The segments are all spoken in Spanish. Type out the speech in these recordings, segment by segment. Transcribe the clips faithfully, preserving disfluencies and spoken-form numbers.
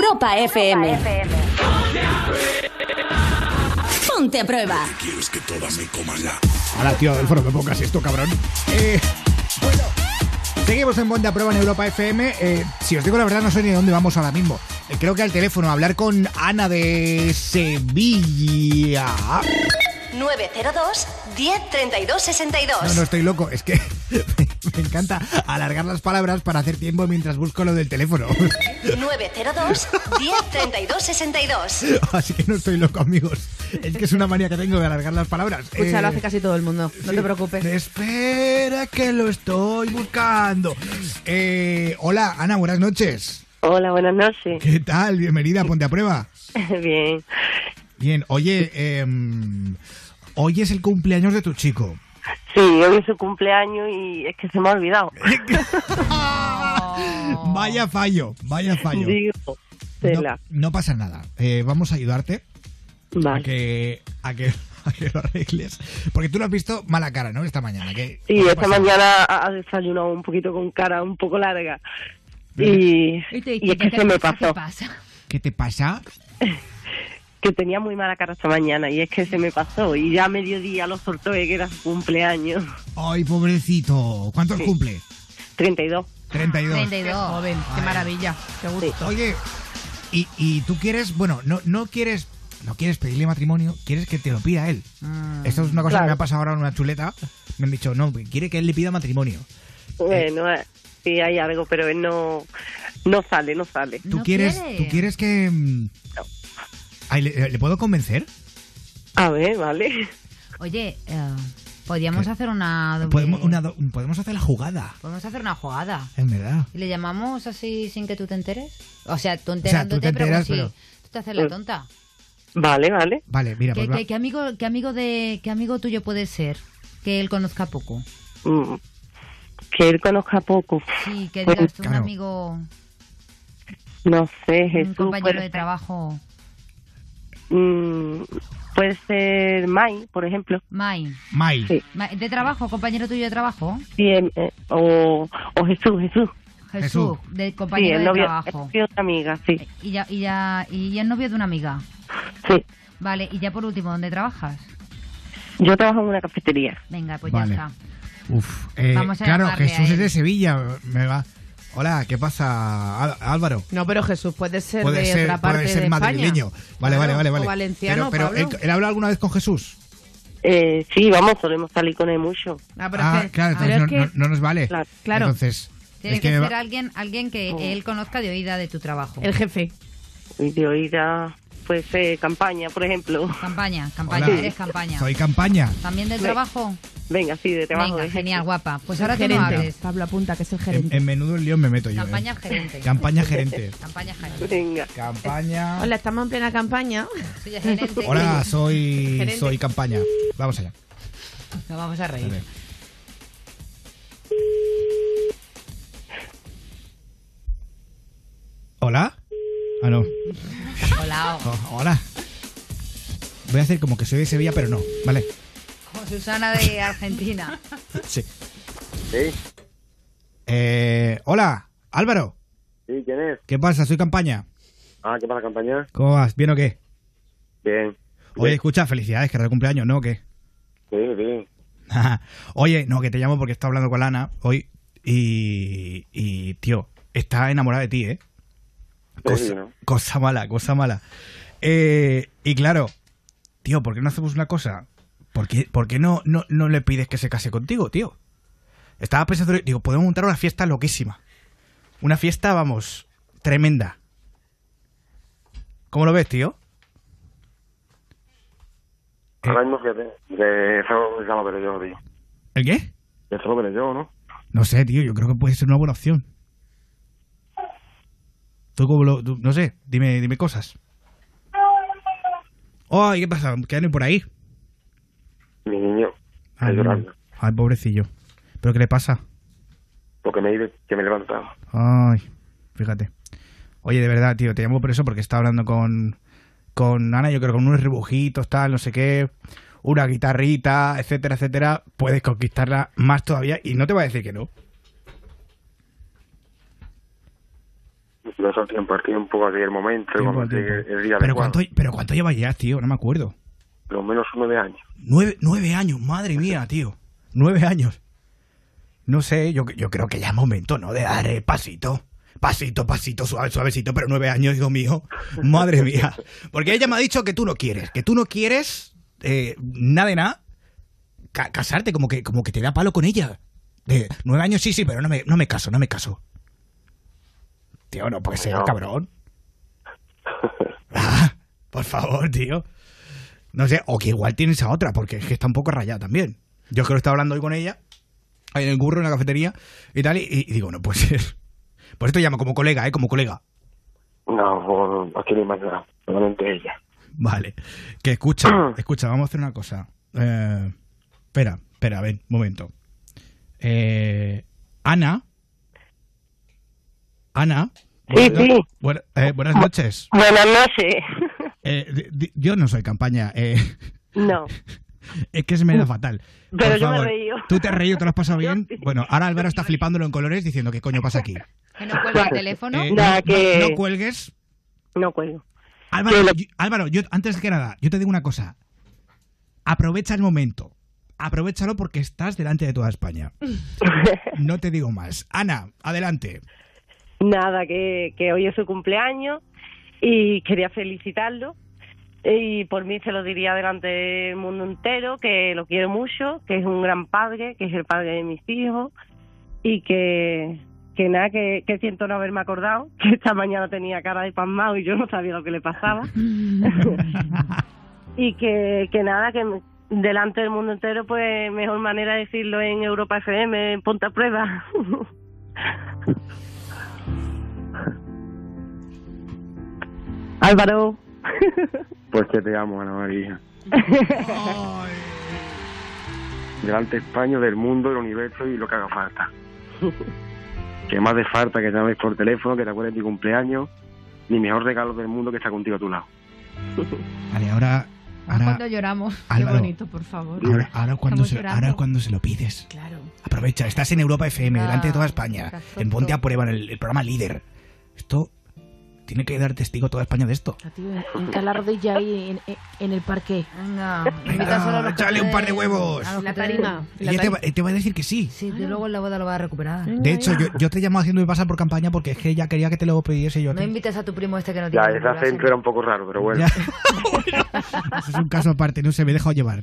Europa F M. Ponte a prueba. ¿Quieres que todas me coman ya? Ahora, tío, Adolfo, no me pongas esto, cabrón. Eh, bueno, seguimos en Ponte a Prueba en Europa F M. Eh, si os digo la verdad, no sé ni de dónde vamos ahora mismo. Eh, creo que al teléfono, a hablar con Ana de Sevilla. nueve cero dos, diez, treinta y dos, sesenta y dos. No, no estoy loco, es que me encanta alargar las palabras para hacer tiempo mientras busco lo del teléfono. nueve cero dos, diez, treinta y dos, sesenta y dos. Así que no estoy loco, amigos. Es que es una manía que tengo de alargar las palabras. Escucha, eh, lo hace casi todo el mundo, no sí, te preocupes. Espera que lo estoy buscando. Eh, hola, Ana, buenas noches. Hola, buenas noches. ¿Qué tal? Bienvenida, Ponte a Prueba. Bien. Bien, oye, eh, hoy es el cumpleaños de tu chico. Sí, hoy es su cumpleaños y es que se me ha olvidado. Vaya fallo, vaya fallo. Digo, No, no pasa nada. Eh, vamos a ayudarte vale. a que a que a que lo arregles, porque tú lo has visto mala cara, ¿no? Esta mañana. ¿Qué, Sí, qué esta pasa? mañana ha desayunado un poquito con cara un poco larga y, Y, te- y es que ¿qué se me pasa? pasó. ¿Qué pasa? ¿Qué te pasa? Que tenía muy mala cara esta mañana y es que se me pasó y ya a mediodía lo soltó de que era su cumpleaños. Ay, pobrecito. ¿Cuántos Sí. cumple? treinta y dos. treinta y dos. treinta y dos. Qué joven, qué Ay. maravilla, qué gusto. Oye, y, y tú quieres, bueno, no, no quieres no quieres pedirle matrimonio, quieres que te lo pida él. Mm. Esto es una cosa Claro. que me ha pasado ahora en una chuleta. Me han dicho, no, quiere que él le pida matrimonio. Bueno, eh, sí hay algo, pero él no, no sale, no sale. ¿Tú ¿No quieres, quiere? tú quieres que... mm, ay, ¿le, ¿le puedo convencer? A ver, vale. Oye, eh, podríamos ¿Qué? hacer una... doble- Podemos, una do- podemos hacer la jugada, Podemos hacer una jugada. en verdad. ¿Y le llamamos así sin que tú te enteres? O sea, tú sea, tú enterándote, te enteras, pero, pero- sí, tú te haces la tonta. Vale, vale. Vale, mira, ¿Qué, pues va- qué- qué amigo, qué, amigo de, ¿Qué amigo tuyo puede ser que él conozca poco? Mm, Que él conozca poco. Sí, que Pues, digas tú, un claro. amigo, No sé, un Jesús. compañero puede de ser- trabajo. Mm, puede ser Mai, por ejemplo. Mai. Mai. Sí. Ma- ¿De trabajo? ¿Compañero tuyo de trabajo? Sí, em, eh, o, o Jesús, Jesús. Jesús, Jesús. de Sí, compañero el de novio, el trabajo. novio de una amiga, sí. Y ya, y ya, y el novio de una amiga. Sí. Vale, y ya por último, ¿dónde trabajas? Yo trabajo en una cafetería. Venga, pues Vale. ya está. Uf, eh, Vamos a claro, llamarle a Jesús es él. de Sevilla. Me va. Hola, ¿qué pasa, Á- Álvaro? No, pero Jesús puede ser Puede de ser, otra parte puede ser de madrileño. España. Vale, Claro, vale, vale, vale. O valenciano, pero, pero Pablo. ¿él, él habla alguna vez con Jesús? Eh, sí, vamos, solemos salir con él mucho. Ah, pero Ah, es que, claro, pero entonces es no, que- no- no nos vale. Claro. Claro. Entonces, Tiene es que, que me ser va- alguien, alguien que Oh. él conozca de oída de tu trabajo. el jefe. Y de oída, puede ser campaña, por ejemplo. Campaña, campaña, Hola, eres campaña. soy campaña. ¿También del Sí. trabajo? Venga, sí, de trabajo. Venga, de genial, jefe. guapa. Pues El ahora tú no gerente. hables. Pablo apunta que es el En, gerente. en menudo el lío me meto yo. Campaña eh. gerente. Campaña gerente. Campaña gerente. Venga. Campaña. Hola, estamos en plena campaña. Soy el gerente. Hola, soy, Gerente. soy campaña. Vamos allá. Nos vamos a A reír. ver. ¿Hola? Ah, no. Hola, Oh, hola. Voy a hacer como que soy de Sevilla, pero no, ¿vale? como Susana de Argentina. Sí. Sí, Eh, hola, Álvaro. sí, ¿quién es? ¿Qué pasa? Soy campaña. Ah, ¿qué pasa, compañía? ¿Cómo vas? ¿Bien o qué? Bien. Oye, Bien. escucha, felicidades, que era el cumpleaños, ¿no? ¿O qué? Sí, sí. Oye, no, que te llamo porque estaba hablando con Lana hoy y, y, tío, está enamorada de ti, ¿eh? Cosa, Sí, ¿no? cosa mala, cosa mala. Eh, y claro, tío, ¿por qué no hacemos una cosa? ¿Por qué, por qué no, no, no le pides que se case contigo, tío? Estaba pensando, digo, podemos montar una fiesta loquísima. Una fiesta, vamos, tremenda. ¿Cómo lo ves, tío? Ahora mismo, fíjate, de eso ya lo veré yo, tío. ¿El qué? De eso lo veré yo, ¿no? No sé, tío, yo creo que puede ser una buena opción. Tú como lo... tú- no sé, dime, dime cosas. ¡Ay, qué pasa! ¿Qué hay por ahí? Mi niño Ay, está llorando. Ay, pobrecillo. ¿Pero qué le pasa? Porque me dice que me he levantado. Ay, fíjate. Oye, de verdad, tío, te llamo por eso porque estaba hablando con, con Ana, yo creo con unos rebujitos, tal, no sé qué, una guitarrita, etcétera, etcétera. Puedes conquistarla más todavía y no te voy a decir que no. No eso tiempo al tiempo, así el momento, Tiempo cuando al tiempo. llegue el día Pero adecuado. cuánto, pero cuánto llevas ya, tío, no me acuerdo. Lo menos nueve años. Nueve, nueve años, madre mía, tío. Nueve años. No sé, yo, yo creo que ya es momento, ¿no? De dar el pasito. Pasito, pasito, suave, suavecito, pero nueve años, hijo mío. Madre mía. Porque ella me ha dicho que tú no quieres, que tú no quieres, eh, nada de nada, ca- casarte, como que, como que te da palo con ella. De nueve años, sí, sí, pero no me, no me caso, no me caso. Tío, no puede ser, No. cabrón. Ah, por favor, tío. No sé, o que igual tienes a otra, porque es que está un poco rayada también. Yo creo que estaba hablando hoy con ella, ahí en el curro, en la cafetería, y tal, y, y digo, no puede ser. Por esto llamo como colega, ¿eh? Como colega. No, pues, no quiero más nada, solamente ella. Vale. Que escucha, escucha, vamos a hacer una cosa. Eh, espera, espera, a ver, un momento. Eh, Ana. Ana. Sí, buenas- sí. buena- eh, buenas noches. Buenas noches. Eh, di- di- yo no soy campaña. Eh, No, es que se me da fatal. pero Por yo me he favor, reído. ¿tú te has reído? ¿Te lo has pasado Yo bien? sí. Bueno, ahora Álvaro está flipándolo en colores diciendo ¿qué coño pasa aquí? Que no cuelgue el teléfono. Eh, Nada, no, que- no- no cuelgues. no cuelgo. Álvaro, Que lo- yo, Álvaro, yo, antes que nada, yo te digo una cosa. Aprovecha el momento. Aprovechalo porque estás delante de toda España. No te digo más. Ana, adelante. Nada, que, que hoy es su cumpleaños y quería felicitarlo. Y por mí se lo diría delante del mundo entero, que lo quiero mucho, que es un gran padre, que es el padre de mis hijos y que, que nada, que, que siento no haberme acordado, que esta mañana tenía cara de pasmado y yo no sabía lo que le pasaba. Y que, que nada, que me- delante del mundo entero, pues mejor manera de decirlo en Europa F M, en Ponte a Prueba. Álvaro. Pues que te amo, Ana María. Delante de España, del mundo, del universo y lo que haga falta. Que más de falta que llames por teléfono, que te acuerdes de mi cumpleaños, mi mejor regalo del mundo que está contigo a tu lado. Vale, ahora... Más ahora cuando lloramos. Qué Álvaro, bonito, por favor. ahora, ahora cuando Estamos se, llorando. ahora es cuando se lo pides. Claro. Aprovecha, estás en Europa F M, Ah, delante de toda España. estás En tonto. Ponte a Prueba, en el, el programa líder. Esto tiene que dar testigo toda España de esto. A ti, hinca la rodilla ahí en, en- en el parque. Venga, Venga, invita solo a los que échale un par de te- huevos. a los La que te- tarima. Y La él te, va, tarima. te va a decir que sí. Sí, tú luego en la boda lo vas a recuperar. De hecho, yo, yo te llamo haciendo pasar por campaña porque es que ella quería que te lo pidiese yo. a No ti. invites a tu primo este que no Ya, tiene. ese acento era un poco raro, pero bueno. Ya. Eso es un caso aparte, no se me he dejado llevar.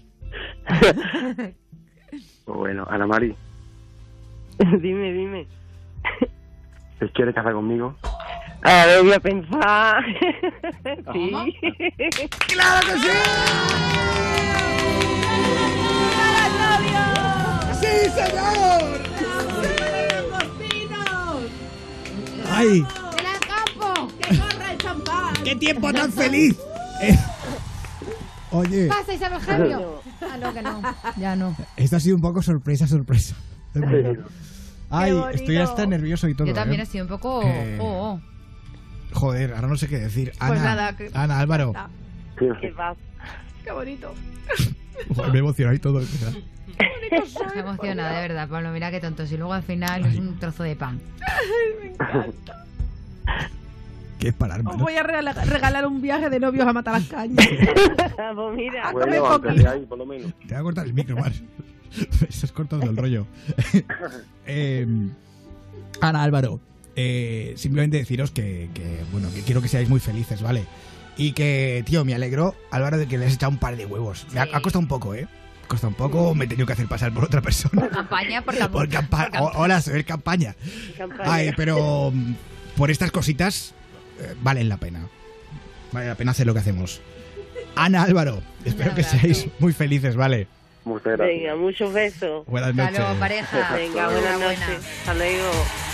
Pues bueno, Ana Mari, Dime, dime. ¿te quieres casar conmigo? A ver, voy a pensar. Sí. ¡Claro que sí! ¡Sí, señor! ¡Ay! ¡Que corra el champán! ¡Qué tiempo tan feliz! Eh, Oye, ¿Pasa Isabel Genio? Ah, no, que no. Ya no. esto ha sido un poco sorpresa, sorpresa. Es verdad. Ay, bonito. estoy hasta nervioso y todo. Yo también ¿eh? he sido un poco... Que- Oh, oh. Joder, ahora no sé qué decir. Ana, Pues nada, que- Ana, Álvaro. ¿Qué pasa? ¡Qué bonito! Joder, me he emocionado y todo. Me emociona, de verdad, Pablo. Mira qué tonto. Si luego al final es un trozo de pan. ¿Qué es para Os hermano? voy a regala- regalar un viaje de novios a matar las cañas. Pues mira. Bueno, antes de ahí, por lo menos. Te voy a cortar el micro, más. Estás cortando el rollo. eh, Ana, Álvaro, eh, simplemente deciros que, que, bueno, que quiero que seáis muy felices, ¿vale? Y que, tío, me alegro, Álvaro, de que le has echado un par de huevos. Me ha, Sí. ha costado un poco, ¿eh? Ha costado un poco, me he tenido que hacer pasar por otra persona. Campaña por Por campa- por o- Hola, soy el campaña. Campaña. Ay, pero mm, por estas cositas eh, valen la pena. Vale la pena hacer lo que hacemos. Ana, Álvaro, espero que abrazo. seáis muy felices, ¿vale? Muchas gracias. Venga, muchos besos. Buenas Hasta noches. luego, pareja. Venga, buenas Enhorabuena. noches. Hasta luego.